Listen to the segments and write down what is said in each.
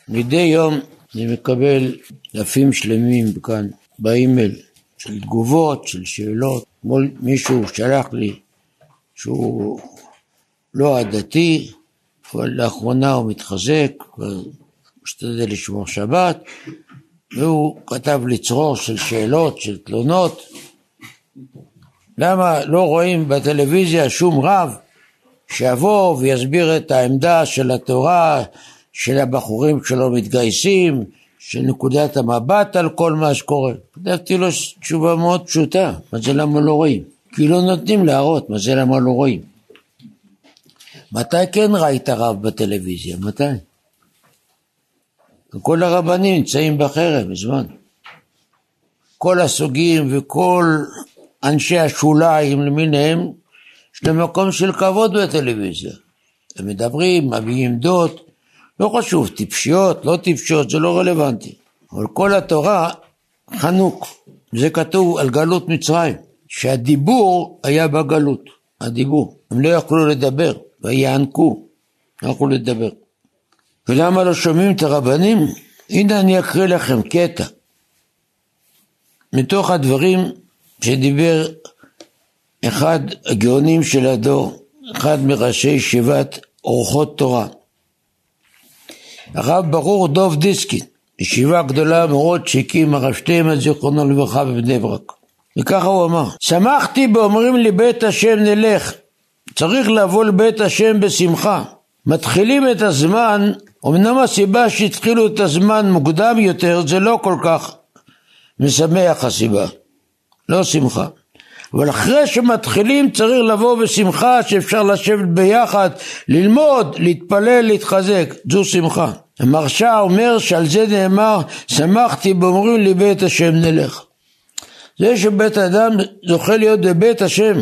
מדי יום אני מקבל דפים שלמים כאן באימייל של תגובות, של שאלות. מישהו שלח לי שהוא לא עדתי, אבל לאחרונה הוא מתחזק ומשתדל לשמור שבת, והוא כתב לי צרור של שאלות, של תלונות. למה לא רואים בטלוויזיה שום רב שיבוא ויסביר את העמדה של התורה, של הבחורים שלא מתגייסים, של נקודת המבט על כל מה שקורה? כתבתי לו תשובה מאוד פשוטה, מה זה למה לא רואים? כי לא נותנים להראות, מה זה למה לא רואים? מתי כן ראית רב בטלוויזיה? מתי? כל הרבנים נמצאים בחרב בזמן. כל הסוגים וכל אנשי השוליים למיניהם, יש להם מקום של כבוד בטלוויזיה. הם מדברים, מביאים עמדות, לא חשוב, טיפשיות, לא טיפשיות, זה לא רלוונטי. אבל כל התורה חנוק. זה כתוב על גלות מצרים, שהדיבור היה בגלות. הדיבור. הם לא יכלו לדבר, ויענקו, לא יכלו לדבר. ולמה לא שומעים את הרבנים? הנה אני אקריא לכם קטע. מתוך הדברים שדיבר אחד הגאונים של הדור, אחד מראשי ישיבת אורחות תורה, הרב ברור דוב דיסקין, ישיבה גדולה מאוד שהקים הרב שטיימן זיכרונו לברכה בבני ברק. וככה הוא אמר: שמחתי באומרים לי בית השם נלך, צריך לבוא לבית השם בשמחה. מתחילים את הזמן, אמנם הסיבה שהתחילו את הזמן מוקדם יותר זה לא כל כך משמח הסיבה, לא שמחה. אבל אחרי שמתחילים צריך לבוא בשמחה, שאפשר לשבת ביחד, ללמוד, להתפלל, להתחזק, זו שמחה. המרש"א אומר שעל זה נאמר שמחתי באומרים לי בית השם נלך. זה שבית אדם זוכה להיות בבית השם,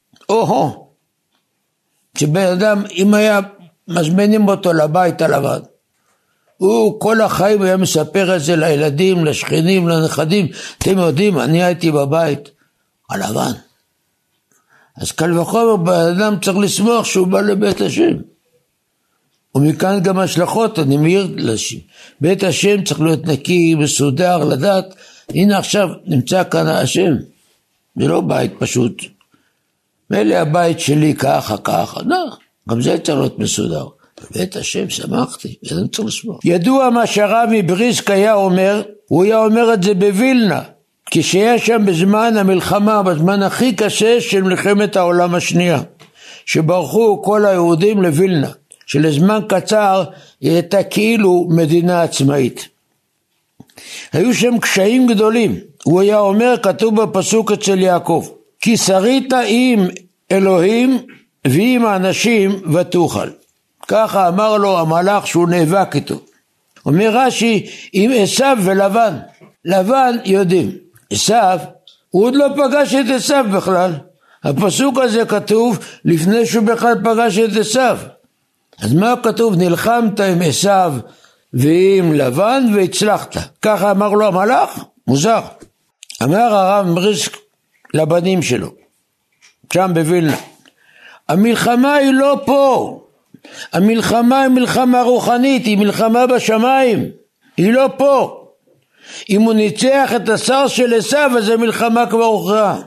שבית אדם אם היה מזמינים אותו לבית הלבן, הוא כל החיים היה מספר את זה לילדים, לשכנים, לנכדים. אתם יודעים, אני הייתי בבית הלבן. אז קל וחומר באדם צריך לשמוח שהוא בא לבית השם. ומכאן גם השלכות, אני מעיר לשם. בית השם צריך להיות נקי, מסודר, לדעת, הנה עכשיו נמצא כאן השם. זה לא בית פשוט. מילא הבית שלי ככה, לא, גם זה צריך להיות מסודר. בית השם שמחתי, זה צריך לשמוח. ידוע מה שהרב מבריסק היה אומר, הוא היה אומר את זה בווילנה, כשהיה שם בזמן המלחמה, בזמן הכי קשה של מלחמת העולם השנייה, שברחו כל היהודים לווילנה, שלזמן קצר היא הייתה כאילו מדינה עצמאית. היו שם קשיים גדולים, הוא היה אומר, כתוב בפסוק אצל יעקב, כי שרית עם אלוהים ועם האנשים ותוכל. ככה אמר לו המלאך שהוא נאבק איתו. אומר רש"י, עם עשיו ולבן. לבן יודעים. עשיו, הוא עוד לא פגש את עשיו בכלל. הפסוק הזה כתוב לפני שהוא בכלל פגש את עשיו. אז מה כתוב? נלחמת עם עשיו ועם לבן והצלחת. ככה אמר לו המלאך? מוזר. אמר הרב מבריסק לבנים שלו, שם בווילנה, המלחמה היא לא פה. המלחמה היא מלחמה רוחנית, היא מלחמה בשמיים, היא לא פה. אם הוא ניצח את השר של עשיו, אז זה מלחמה כבר הוכרעה.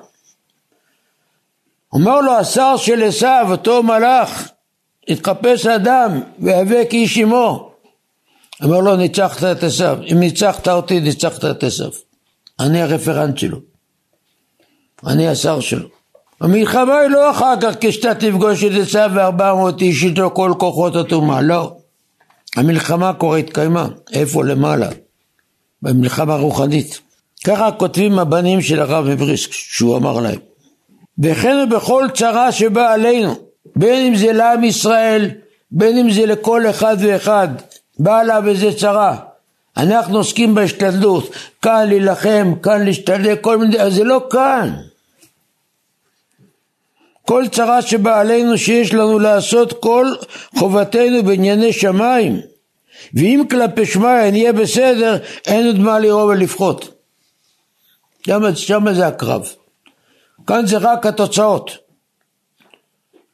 אומר לו השר של עשיו, אותו מלאך, התחפש אדם והווה כאיש עמו. אמר לו, ניצחת את עשיו. אם ניצחת אותי, ניצחת את עשיו. אני הרפרנט שלו, אני השר שלו. המלחמה היא לא אחר כך כשאתה תפגוש את עשיו ו400 איש איתו כל כוחות התאומה, לא. המלחמה כבר התקיימה, איפה למעלה? במלחמה רוחנית. ככה כותבים הבנים של הרב מבריסק, שהוא אמר להם. וכן בכל צרה שבא עלינו, בין אם זה לעם ישראל, בין אם זה לכל אחד ואחד, בא לה בזה צרה. אנחנו עוסקים בהשתדלות, כאן להילחם, כאן להשתדל, כל מיני, אז זה לא כאן. כל צרה שבא עלינו שיש לנו לעשות כל חובתנו בענייני שמיים. ואם כלפי שמיים נהיה בסדר, אין עוד מה לראות ולפחות. שם זה הקרב. כאן זה רק התוצאות.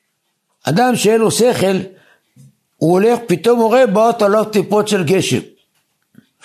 אדם שאין לו שכל, הוא הולך, פתאום הוא רואה באות עליו טיפות של גשם.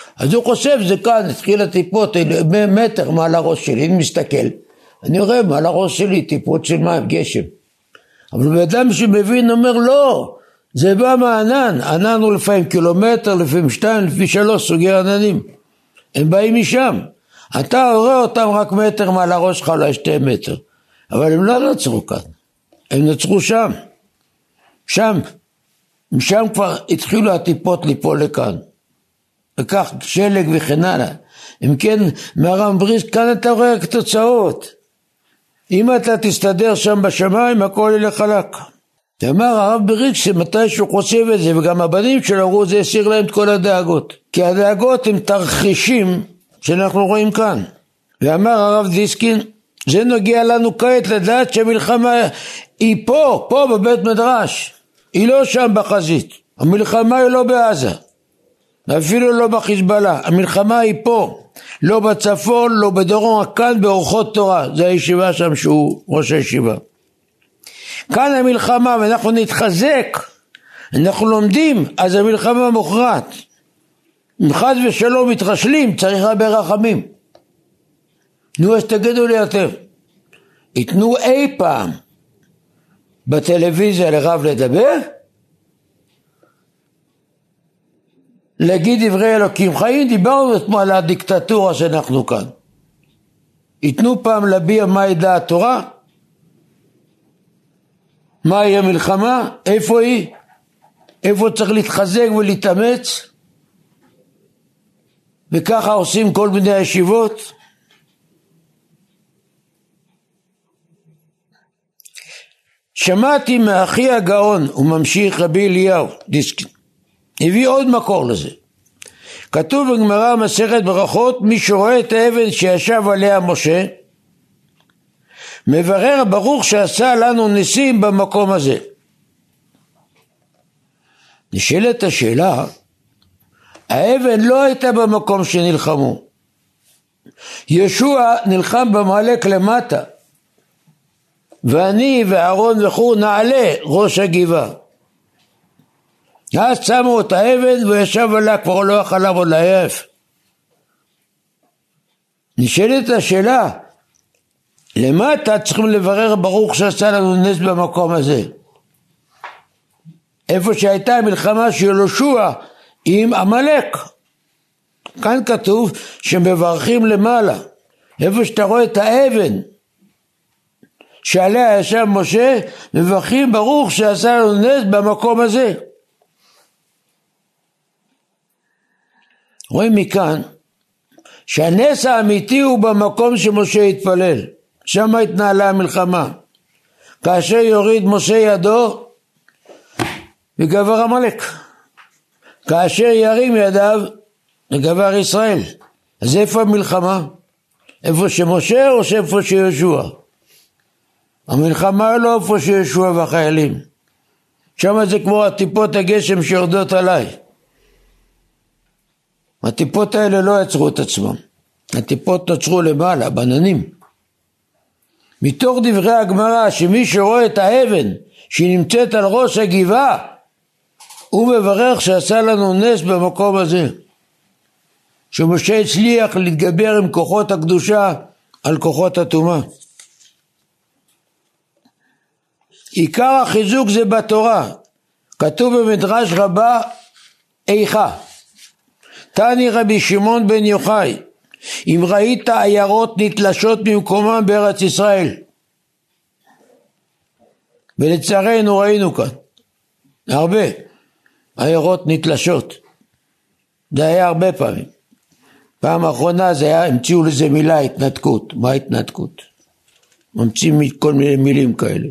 אז הוא חושב, זה כאן, התחיל הטיפות, מטר מעל הראש שלי, אני מסתכל, אני רואה מעל הראש שלי טיפות של מים, גשם. אבל באדם שמבין אומר לא, זה בא מהענן, ענן הוא לפעמים קילומטר, לפעמים 2, לפעמים 3 סוגי עננים, הם באים משם, אתה רואה אותם רק מטר מעל הראש שלך, אולי 2 מטר, אבל הם לא נצרו כאן, הם נצרו שם, משם כבר התחילו הטיפות ליפול לכאן, וכך שלג וכן הלאה. אם כן, מהר"ם בריסק, כאן אתה רואה רק תוצאות. אם אתה תסתדר שם בשמיים, הכל ילך חלק. אמר הרב בריסק שמתי שהוא חושב את זה, וגם הבנים שלו אמרו, זה יסיר להם את כל הדאגות. כי הדאגות הם תרחישים שאנחנו רואים כאן. ואמר הרב דיסקין, זה נוגע לנו כעת לדעת שהמלחמה היא פה בבית מדרש. היא לא שם בחזית. המלחמה היא לא בעזה. אפילו לא בחיזבאללה, המלחמה היא פה, לא בצפון, לא בדרום, כאן באורחות תורה, זה הישיבה שם שהוא ראש הישיבה. כאן המלחמה ואנחנו נתחזק, אנחנו לומדים, אז המלחמה מוכרעת. אם חס ושלום מתרשלים, צריך הרבה רחמים. נו, אז תגידו לי אתם, יתנו אי פעם בטלוויזיה לרב לדבר? להגיד דברי אלוקים חיים, דיברנו אתמול על הדיקטטורה שאנחנו כאן. יתנו פעם להביע מהי דעת תורה? מהי המלחמה? איפה היא? איפה צריך להתחזק ולהתאמץ? וככה עושים כל מיני ישיבות. שמעתי מאחי הגאון, הוא ממשיך רבי אליהו דיסקין, הביא עוד מקור לזה. כתוב בגמרא מסכת ברכות, מי שרואה את האבן שישב עליה משה, מברר ברוך שעשה לנו ניסים במקום הזה. נשאלת השאלה, האבן לא הייתה במקום שנלחמו. ישוע נלחם במעלק למטה, ואני ואהרון וחור נעלה ראש הגבעה. אז שמו את האבן וישב עליה, כבר לא אכל לעבוד לעייף. נשאלת השאלה, למטה צריכים לברר ברוך שעשה לנו נס במקום הזה. איפה שהייתה המלחמה של יהושע עם עמלק. כאן כתוב שמברכים למעלה. איפה שאתה רואה את האבן שעליה ישב משה, מברכים ברוך שעשה לנו נס במקום הזה. רואים מכאן שהנס האמיתי הוא במקום שמשה התפלל, שם התנהלה המלחמה. כאשר יוריד משה ידו וגבר עמלק, כאשר ירים ידיו וגבר ישראל. אז איפה המלחמה? איפה שמשה או איפה שיהושע? המלחמה לא איפה שיהושע והחיילים, שם זה כמו הטיפות הגשם שיורדות עליי. הטיפות האלה לא יצרו את עצמם, הטיפות נוצרו למעלה, בננים. מתוך דברי הגמרא, שמי שרואה את האבן שהיא נמצאת על ראש הגבעה, הוא מברך שעשה לנו נס במקום הזה, שמשה הצליח להתגבר עם כוחות הקדושה על כוחות הטומאה. עיקר החיזוק זה בתורה, כתוב במדרש רבה איכה, תני רבי שמעון בן יוחאי, אם ראית עיירות נתלשות ממקומם בארץ ישראל, ולצערנו ראינו כאן הרבה עיירות נתלשות, זה היה הרבה פעמים. פעם האחרונה זה היה, המציאו לזה מילה התנתקות. מה התנתקות? ממציאים כל מיני מילים כאלה.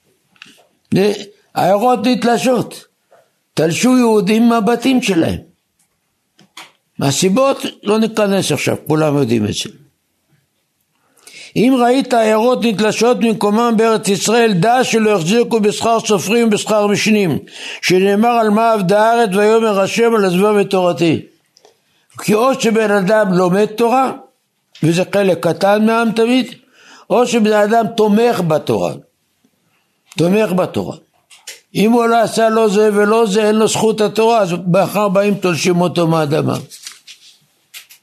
עיירות נתלשות, תלשו יהודים מהבתים שלהם. מהסיבות לא ניכנס עכשיו, כולם יודעים את זה. אם ראית עיירות נתלשות ממקומם בארץ ישראל, דע שלא יחזיקו בשכר סופרים ובשכר משנים, שנאמר על מה עבדה הארץ ויאמר השם על עזבם את תורתי. כי או שבן אדם לומד תורה, וזה חלק קטן מהעם תמיד, או שבן אדם תומך בתורה. תומך בתורה. אם הוא לא עשה לא זה ולא זה, אין לו זכות התורה, אז באחר באים תולשים אותו מהאדמה.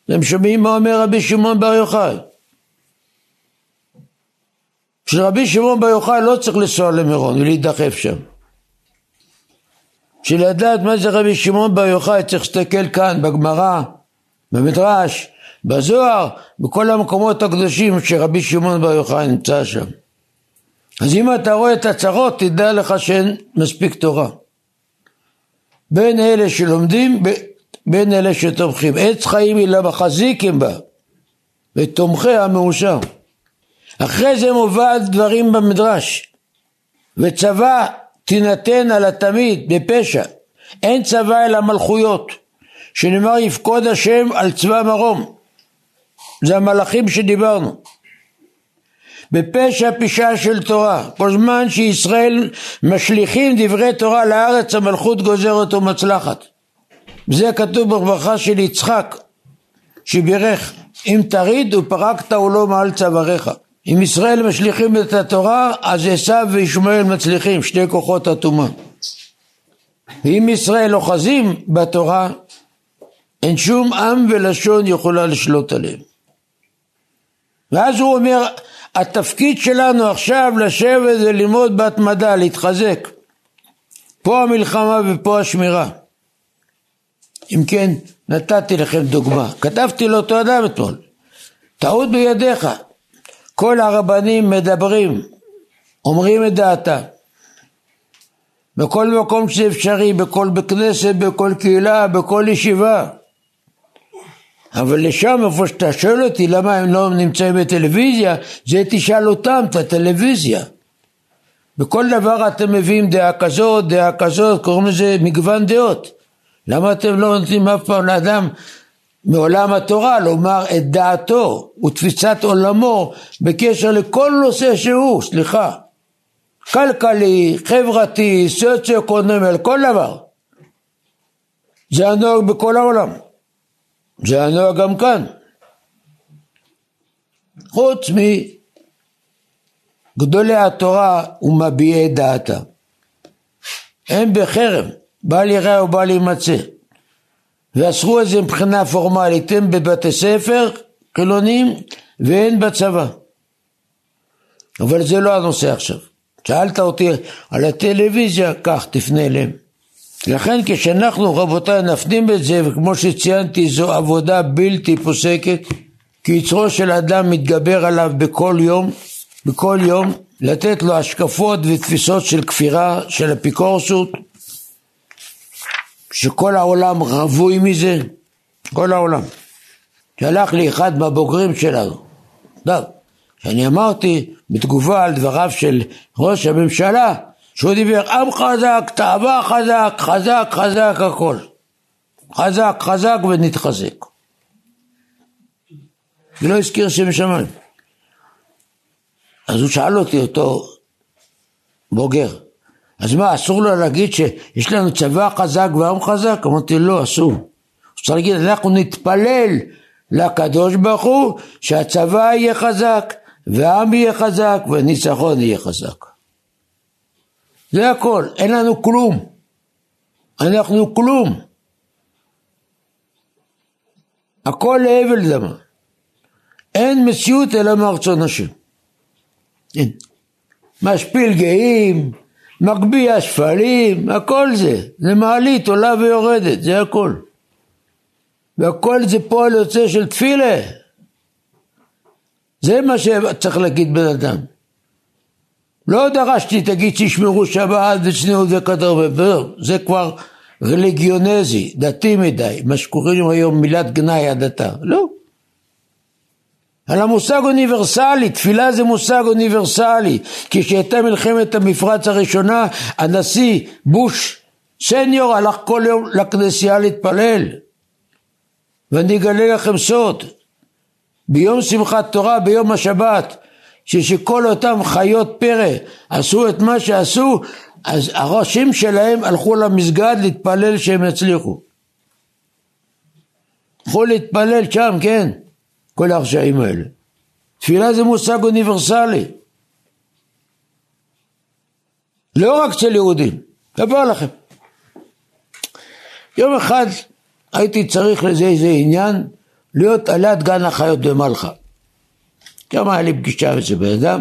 הם שומעים מה אומר רבי שמעון בר יוחאי. שרבי שמעון בר יוחאי לא צריך לנסוע למירון ולהידחף שם. בשביל לדעת מה זה רבי שמעון בר יוחאי צריך להסתכל כאן בגמרא, במדרש, בזוהר, בכל המקומות הקדושים שרבי שמעון בר יוחאי נמצא שם. אז אם אתה רואה את הצרות, תדע לך שאין מספיק תורה. בין אלה שלומדים, בין אלה שתומכים. עץ חיים אלא מחזיקים בה, ותומכי המאושר. אחרי זה מובא דברים במדרש. וצבא תינתן על התמיד בפשע. אין צבא אלא מלכויות, שנאמר יפקוד השם על צבא מרום. זה המלאכים שדיברנו. בפשע פשעה של תורה. כל זמן שישראל משליכים דברי תורה לארץ, המלכות גוזרת ומצלחת. זה כתוב בברכה של יצחק, שבירך, אם תריד ופרקת ולא מעל צוואריך. אם ישראל משליכים את התורה, אז עשיו וישמעאל מצליחים, שני כוחות הטומאה. ואם ישראל אוחזים בתורה, אין שום עם ולשון יכולה לשלוט עליהם. ואז הוא אומר, התפקיד שלנו עכשיו לשבת וללמוד בהתמדה, להתחזק. פה המלחמה ופה השמירה. אם כן, נתתי לכם דוגמה. כתבתי לאותו אדם אתמול. טעות בידיך. כל הרבנים מדברים, אומרים את דעתם. בכל מקום שזה אפשרי, בכל בכנסת, בכל קהילה, בכל ישיבה. אבל לשם, איפה שאתה שואל אותי, למה הם לא נמצאים בטלוויזיה, זה תשאל אותם, את הטלוויזיה. בכל דבר אתם מביאים דעה כזאת, קוראים לזה מגוון דעות. למה אתם לא נותנים אף פעם לאדם מעולם התורה לומר את דעתו ותפיסת עולמו בקשר לכל נושא שהוא, כלכלי, חברתי, סוציו-אקונומי, על כל דבר. זה הנוהג בכל העולם. זה הנוהג גם כאן. חוץ מגדולי התורה ומביעי דעתה. הם בחרם, בל יראה ובל ימצא. ואסרו את זה מבחינה פורמלית, הם בבתי ספר חילונים ואין בצבא. אבל זה לא הנושא עכשיו. שאלת אותי על הטלוויזיה, כך תפנה אליהם. לכן כשאנחנו רבותיי נפנים את זה, וכמו שציינתי זו עבודה בלתי פוסקת, כי יצרו של אדם מתגבר עליו בכל יום, לתת לו השקפות ותפיסות של כפירה, של אפיקורסות, שכל העולם רבוי מזה, כל העולם. שלח לי אחד מהבוגרים שלנו, שאני אמרתי בתגובה על דבריו של ראש הממשלה, שהוא דיבר עם חזק, תאווה חזק, חזק הכל. חזק ונתחזק. ולא הזכיר שם שמיים. אז הוא שאל אותי אותו בוגר, אז מה, אסור לו להגיד שיש לנו צבא חזק ועם חזק? אמרתי, לא, אסור. הוא צריך להגיד, אנחנו נתפלל לקדוש ברוך הוא שהצבא יהיה חזק, והעם יהיה חזק, והניצחון יהיה חזק. זה הכל, אין לנו כלום. אנחנו כלום. הכל להבל דמה. אין מציאות אלא מרצון השם. אין. משפיל גאים, מגביה שפלים, הכל זה מעלית, עולה ויורדת, זה הכל. והכל זה פועל יוצא של תפילה. זה מה שצריך להגיד בן אדם. לא דרשתי, תגיד שישמרו שבת וצניעות וכתר, זה כבר רליגיונזי, דתי מדי, מה שקוראים היום מילת גנאי הדתה, לא. על המושג אוניברסלי, תפילה זה מושג אוניברסלי, כשהייתה מלחמת המפרץ הראשונה, הנשיא בוש סניור הלך כל יום לכנסייה להתפלל, ואני אגלה לכם סוד, ביום שמחת תורה, ביום השבת, שכל אותם חיות פרא עשו את מה שעשו, אז הראשים שלהם הלכו למסגד להתפלל שהם יצליחו. הלכו להתפלל שם, כן, כל הרשעים האלה. תפילה זה מושג אוניברסלי. לא רק אצל יהודים. דבר לכם. יום אחד הייתי צריך לזה איזה עניין, להיות עליית גן החיות במלכה. כמה היה לי פגישה עם איזה בן אדם,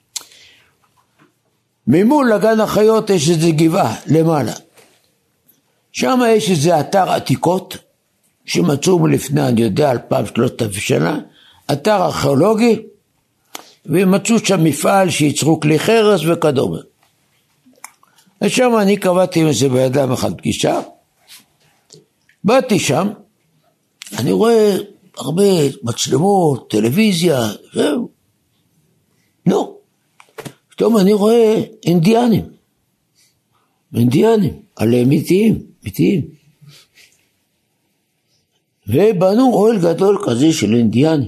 ממול לגן החיות יש איזה גבעה למעלה, שם יש איזה אתר עתיקות שמצאו מלפני אני יודע 2,000-3,000 שנה, אתר ארכיאולוגי, ומצאו שם מפעל שייצרו כלי חרס וכדומה. ושם אני קבעתי עם איזה בן אדם אחד פגישה, באתי שם, אני רואה הרבה מצלמות, טלוויזיה, זהו. נו, פתאום אני רואה אינדיאנים, על אמיתיים. ובנו אוהל גדול כזה של אינדיאנים.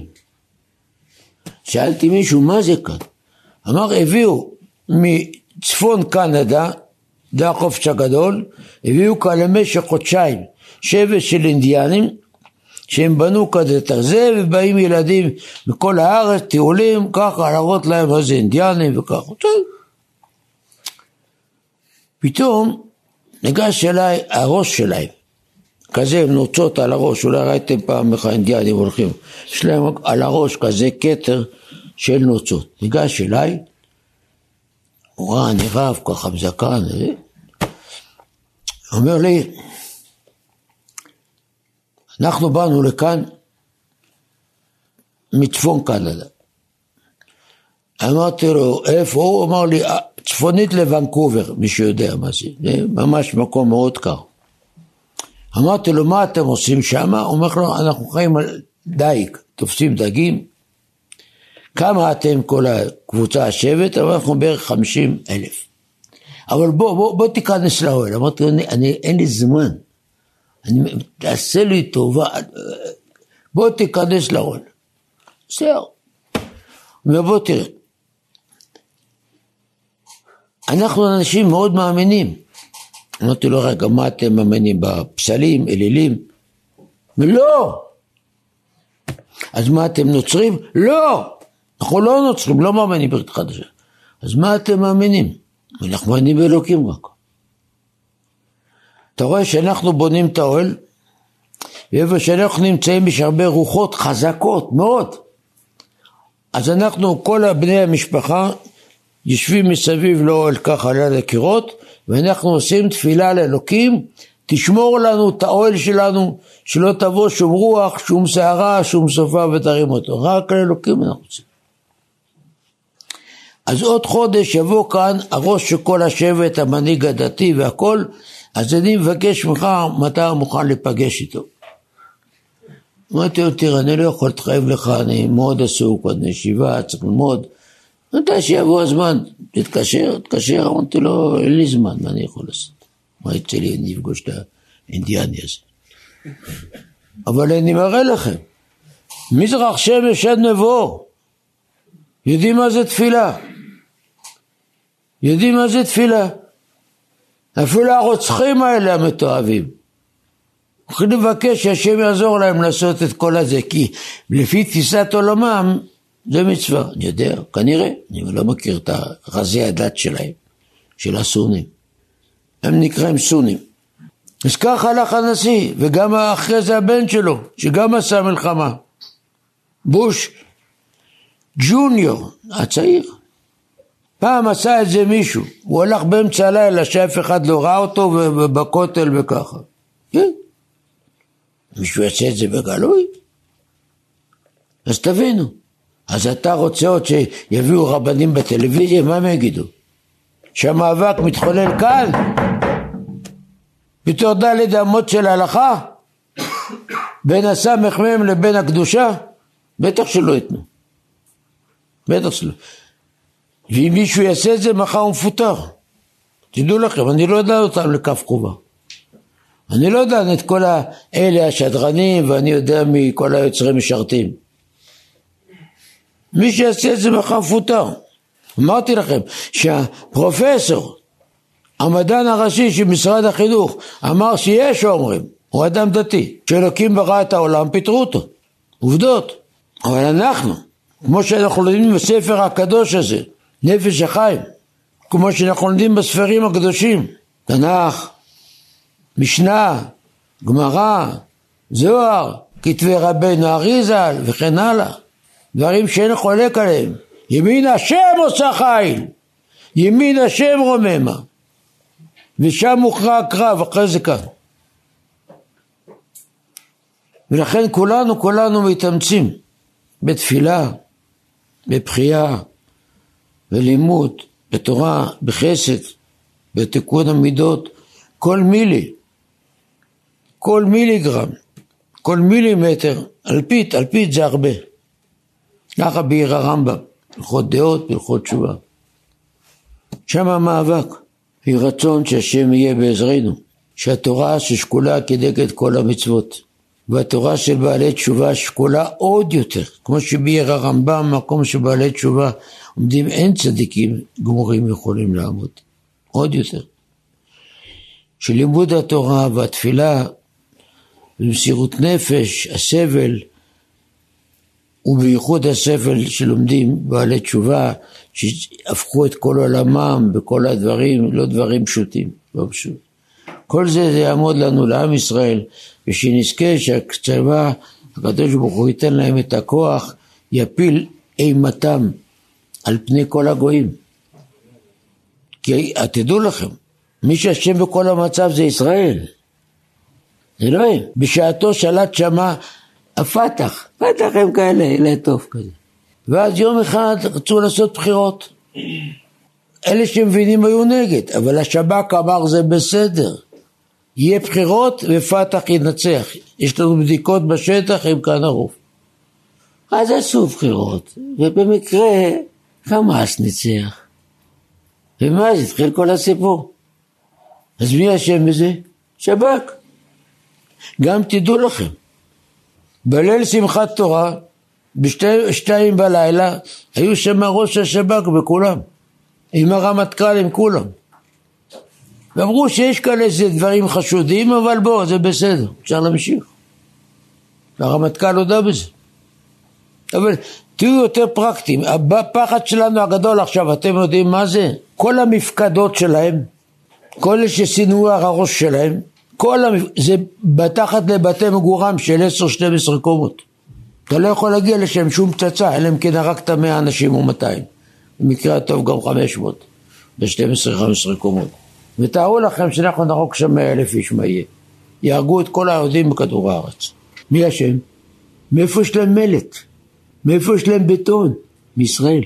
שאלתי מישהו מה זה כאן? אמר הביאו מצפון קנדה, זה החופש הגדול, הביאו כאן למשך חודשיים שבט של אינדיאנים, שהם בנו כזה את זה, ובאים ילדים מכל הארץ, טיולים, ככה, להראות להם מה זה אינדיאנים וככה. פתאום ניגש אליי הראש שלהם, כזה עם נוצות על הראש, אולי ראיתם פעם איך האינדיאנים הולכים, יש להם על הראש כזה כתר של נוצות. ניגש אליי, הוא ראה, אני רב, ככה מזקן, אומר לי, אנחנו באנו לכאן מצפון קנדה. אמרתי לו, איפה? הוא אמר לי, צפונית לוונקובר, מי שיודע מה זה, זה ממש מקום מאוד קר. אמרתי לו, מה אתם עושים שם? הוא אומר לו, אנחנו חיים על דייג, תופסים דגים. כמה אתם כל הקבוצה השבט? אנחנו בערך 50,000. אבל בוא תיכנס לאוהל. אמרתי לו, אין לי זמן. תעשה לי טובה, בוא תיכנס לאוהל. בסדר. ובוא תראה. אנחנו אנשים מאוד מאמינים. אמרתי לו, רגע, מה אתם מאמינים? בפסלים, אלילים? לא! אז מה אתם נוצרים? לא! אנחנו לא נוצרים, לא מאמינים ברית חדשה. אז מה אתם מאמינים? אנחנו מאמינים באלוקים רק. אתה רואה שאנחנו בונים את האוהל, ואיפה שאנחנו נמצאים יש הרבה רוחות חזקות מאוד. אז אנחנו, כל בני המשפחה, יושבים מסביב לאוהל ככה ליד הקירות, ואנחנו עושים תפילה לאלוקים, תשמור לנו את האוהל שלנו, שלא תבוא שום רוח, שום שערה, שום סופה ותרים אותו. רק לאלוקים אנחנו רוצים. אז עוד חודש יבוא כאן הראש של כל השבט, המנהיג הדתי והכל, אז אני מבקש ממך מתי מוכן להיפגש איתו. אמרתי לו, תראה, אני לא יכול להתחייב לך, אני מאוד עסוק, אני ישיבה, צריך ללמוד. מתי שיבוא הזמן, תתקשר, אמרתי לו, אין לי זמן, מה אני יכול לעשות? מה יצא לי, אני אפגוש את האינדיאני הזה. אבל אני מראה לכם, מזרח שמש עד נבו, יודעים מה זה תפילה? יודעים מה זה תפילה? אפילו הרוצחים האלה המתועבים. הולכים לבקש שהשם יעזור להם לעשות את כל הזה, כי לפי תפיסת עולמם, זה מצווה, אני יודע, כנראה, אני לא מכיר את רזי הדת שלהם, של הסונים. הם נקראים סונים. אז כך הלך הנשיא, וגם אחרי זה הבן שלו, שגם עשה מלחמה. בוש ג'וניור, הצעיר. פעם עשה את זה מישהו, הוא הלך באמצע הלילה שאף אחד לא ראה אותו ובכותל וככה. כן? מישהו יעשה את זה בגלוי? אז תבינו. אז אתה רוצה עוד שיביאו רבנים בטלוויזיה, מה הם יגידו? שהמאבק מתחולל כאן? בתור ד' אמות של ההלכה? בין הסמ"ם לבין הקדושה? בטח שלא יתנו. בטח שלא. ואם מישהו יעשה את זה, מחר הוא מפוטר. תדעו לכם, אני לא יודע אותם לכף חובה. אני לא יודע את כל האלה השדרנים, ואני יודע מכל היוצרי משרתים. מי שיעשה את זה מחר מפוטר. אמרתי לכם שהפרופסור, המדען הראשי של משרד החינוך, אמר שיש אומרים, הוא אדם דתי, שאלוקים ברא את העולם, פיתרו אותו. עובדות. אבל אנחנו, כמו שאנחנו לומדים בספר הקדוש הזה, נפש החיים, כמו שאנחנו לומדים בספרים הקדושים, תנ"ך, משנה, גמרא, זוהר, כתבי רבנו אריז"ל וכן הלאה, דברים שאין חולק עליהם. ימין השם עושה חיל, ימין השם רוממה, ושם מוכרע הקרב אחרי זה כאן. ולכן כולנו מתאמצים בתפילה, בבחייה, בלימוד, בתורה, בחסד, בתיקון המידות. כל מיליגרם, כל מילימטר, אלפית זה הרבה. ככה בעיר הרמב"ם, הלכות דעות, הלכות תשובה. שם המאבק, היא רצון שהשם יהיה בעזרנו, שהתורה ששקולה כנגד כל המצוות, והתורה של בעלי תשובה שקולה עוד יותר, כמו שבעיר הרמב"ם, מקום שבעלי תשובה עומדים, אין צדיקים גמורים יכולים לעמוד, עוד יותר. שלימוד התורה והתפילה ומסירות נפש, הסבל, ובייחוד הסבל שלומדים בעלי תשובה, שהפכו את כל עולמם בכל הדברים, לא דברים פשוטים, לא פשוט. כל זה יעמוד לנו לעם ישראל, ושנזכה שהצבא, הקדוש ברוך הוא ייתן להם את הכוח, יפיל אימתם על פני כל הגויים. כי תדעו לכם, מי שהשם בכל המצב זה ישראל. זה לא הם. בשעתו שלט שמה הפתח הם כאלה, לטוב כזה. ואז יום אחד רצו לעשות בחירות. אלה שמבינים היו נגד, אבל השב"כ אמר זה בסדר. יהיה בחירות ופתח ינצח. יש לנו בדיקות בשטח עם כאן הרוב. אז עשו בחירות, ובמקרה חמאס ניצח. ומה זה? התחיל כל הסיפור. אז מי אשם בזה? שב"כ. גם תדעו לכם, בליל שמחת תורה, בשתיים בלילה, היו שם ראש השב"כ בכולם, עם הרמטכ"ל, עם כולם. ואמרו שיש כאלה איזה דברים חשודים, אבל בוא, זה בסדר, אפשר להמשיך. הרמטכ"ל הודע בזה. אבל תהיו יותר פרקטיים, הפחד שלנו הגדול עכשיו, אתם יודעים מה זה? כל המפקדות שלהם, כל אלה שסינאו הראש שלהם, זה בתחת לבתי מגורם של 10-12 קומות. אתה לא יכול להגיע לשם שום פצצה, אלא אם כן הרגת 100 אנשים או 200. במקרה הטוב גם 500, ב-12-15 קומות. ותארו לכם שאנחנו נרוג שם 100,000 איש, מה יהיה? יהרגו את כל היהודים בכדור הארץ. מי השם? מאיפה יש להם מלט? מאיפה יש להם בטון? מישראל.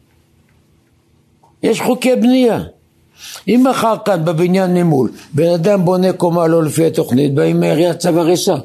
יש חוקי בנייה. אם מחר כאן בבניין ממול, בן אדם בונה קומה לא לפי התוכנית, באים מעיריית צו הריסה.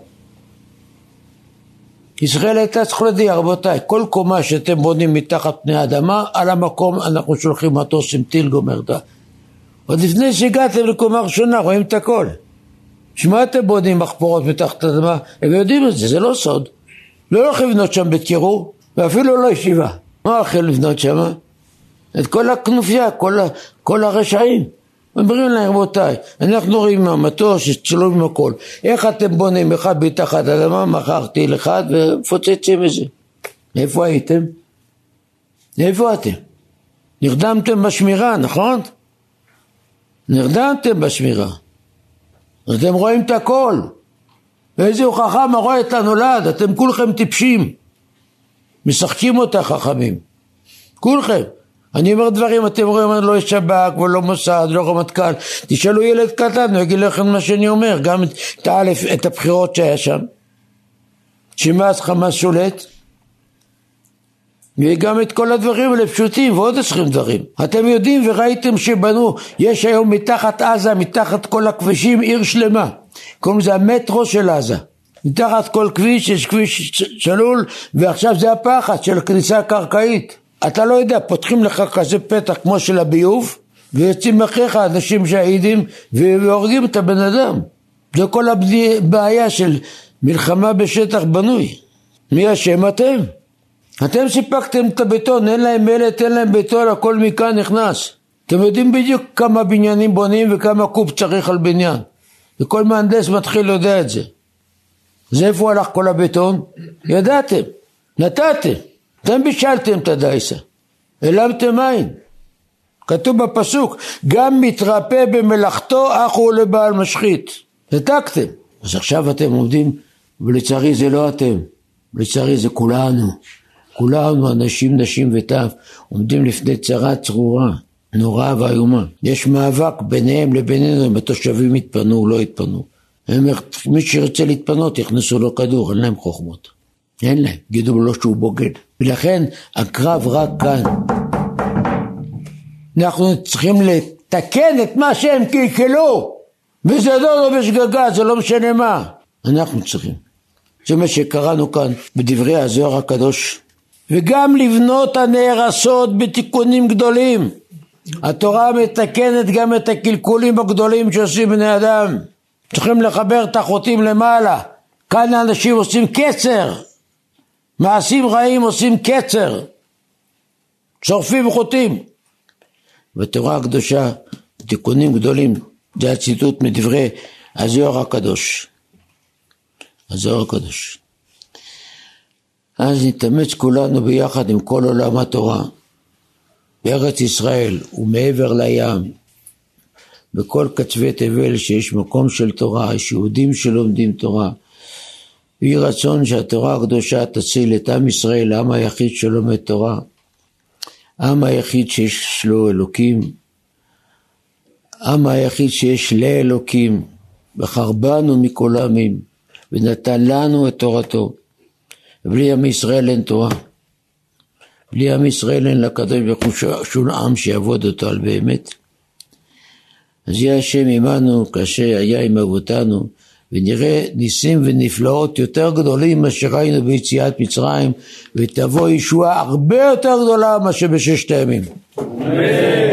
ישראל הייתה צריך להודיע, רבותיי, כל קומה שאתם בונים מתחת פני האדמה, על המקום אנחנו שולחים מטוס עם טיל גומר דה. עוד לפני שהגעתם לקומה ראשונה, רואים את הכל. שמה אתם בונים מחפורות מתחת האדמה? הם יודעים את זה, זה לא סוד. לא הולכים לבנות שם בית קירור, ואפילו לא ישיבה. מה הולכים לבנות שם? את כל הכנופיה, כל הרשעים. אומרים להם, רבותיי, אנחנו רואים מהמטוס, שצלום עם הכל. איך אתם בונים אחד מתחת האדמה, מכרתי אחד ופוצצים את זה. איפה הייתם? איפה אתם? נרדמתם בשמירה, נכון? נרדמתם בשמירה. אתם רואים את הכל. ואיזה הוא חכם הרואה את הנולד, אתם כולכם טיפשים. משחקים אותה חכמים. כולכם. אני אומר דברים, אתם רואים, לא יש שב"כ ולא מוסד, לא רמטכ"ל. תשאלו ילד קטן, הוא יגיד לכם מה שאני אומר. גם את הבחירות שהיה שם. שמאז חמאס שולט. וגם את כל הדברים האלה פשוטים, ועוד 20 דברים. אתם יודעים וראיתם שבנו, יש היום מתחת עזה, מתחת כל הכבישים, עיר שלמה. קוראים לזה המטרו של עזה. מתחת כל כביש יש כביש שלול, ועכשיו זה הפחד של הכניסה הקרקעית. אתה לא יודע, פותחים לך כזה פתח כמו של הביוב, ויוצאים אחריך אנשים שהידים, והורגים את הבן אדם. זה כל הבעיה של מלחמה בשטח בנוי. מי אשם? אתם סיפקתם את הבטון, אין להם מלט, אין להם בטון, הכל מכאן נכנס. אתם יודעים בדיוק כמה בניינים בונים וכמה קוב צריך על בניין. וכל מהנדס מתחיל יודע את זה. אז איפה הלך כל הבטון? ידעתם, נתתם. אתם בישלתם את הדייסה, העלמתם עין. כתוב בפסוק, גם מתרפא במלאכתו אך הוא לבעל משחית. נתקתם. אז עכשיו אתם עומדים ולצערי זה לא אתם, לצערי זה כולנו. כולנו, אנשים, נשים וטף, עומדים לפני צרה צרורה, נוראה ואיומה. יש מאבק ביניהם לבינינו, אם התושבים יתפנו או לא יתפנו. מי שירצה להתפנות יכנסו לו כדור, אין להם חוכמות. אין להם, גידו לו שהוא בוגד. ולכן הקרב רק כאן. אנחנו צריכים לתקן את מה שהם קלקלו. וזה לא בשגגה, זה לא משנה מה. אנחנו צריכים. זה מה שקראנו כאן בדברי הזוהר הקדוש. וגם לבנות הנהרסות בתיקונים גדולים. התורה מתקנת גם את הקלקולים הגדולים שעושים בני אדם. צריכים לחבר את החוטים למעלה. כאן האנשים עושים קצר. מעשים רעים עושים קצר. שורפים חוטים. בתורה הקדושה, תיקונים גדולים, זה הציטוט מדברי הזוהר הקדוש. הזוהר הקדוש. אז נתאמץ כולנו ביחד עם כל עולם התורה, בארץ ישראל ומעבר לים, בכל קצווי תבל שיש מקום של תורה, יש יהודים שלומדים תורה, ויהי רצון שהתורה הקדושה תציל את עם ישראל, העם היחיד שלומד תורה, העם היחיד שיש לו אלוקים, העם היחיד שיש לאלוקים, בחרבנו מכל העמים, ונתן לנו את תורתו. בלי עם ישראל אין תורה. בלי עם ישראל אין לקדוש ברוך הוא שום עם שיעבוד אותו על באמת. אז יהיה השם עמנו כאשר היה עם אבותינו, ונראה ניסים ונפלאות יותר גדולים מאשר ראינו ביציאת מצרים, ותבוא ישועה הרבה יותר גדולה מאשר בששת הימים. אמן.